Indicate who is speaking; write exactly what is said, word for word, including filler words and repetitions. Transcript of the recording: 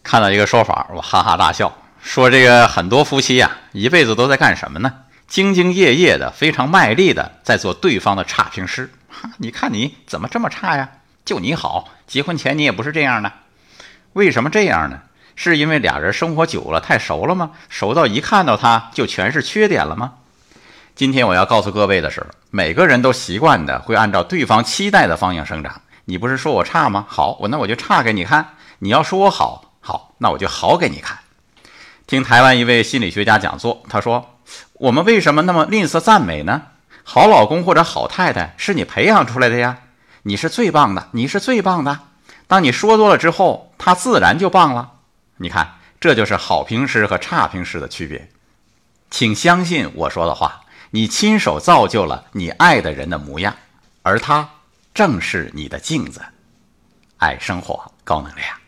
Speaker 1: 看到一个说法，我哈哈大笑，说这个很多夫妻啊，一辈子都在干什么呢？兢兢业业的，非常卖力的在做对方的差评师。你看你怎么这么差呀？就你好，结婚前你也不是这样的。为什么这样呢？是因为俩人生活久了太熟了吗？熟到一看到他就全是缺点了吗？今天我要告诉各位的是，每个人都习惯的会按照对方期待的方向生长。你不是说我差吗？好，我那我就差给你看。你要说我好，好，那我就好给你看。听台湾一位心理学家讲座，他说，我们为什么那么吝啬赞美呢？好老公或者好太太是你培养出来的呀，你是最棒的，你是最棒的。当你说多了之后，他自然就棒了。你看，这就是好评师和差评师的区别。请相信我说的话，你亲手造就了你爱的人的模样，而他正是你的镜子。爱生活，高能量。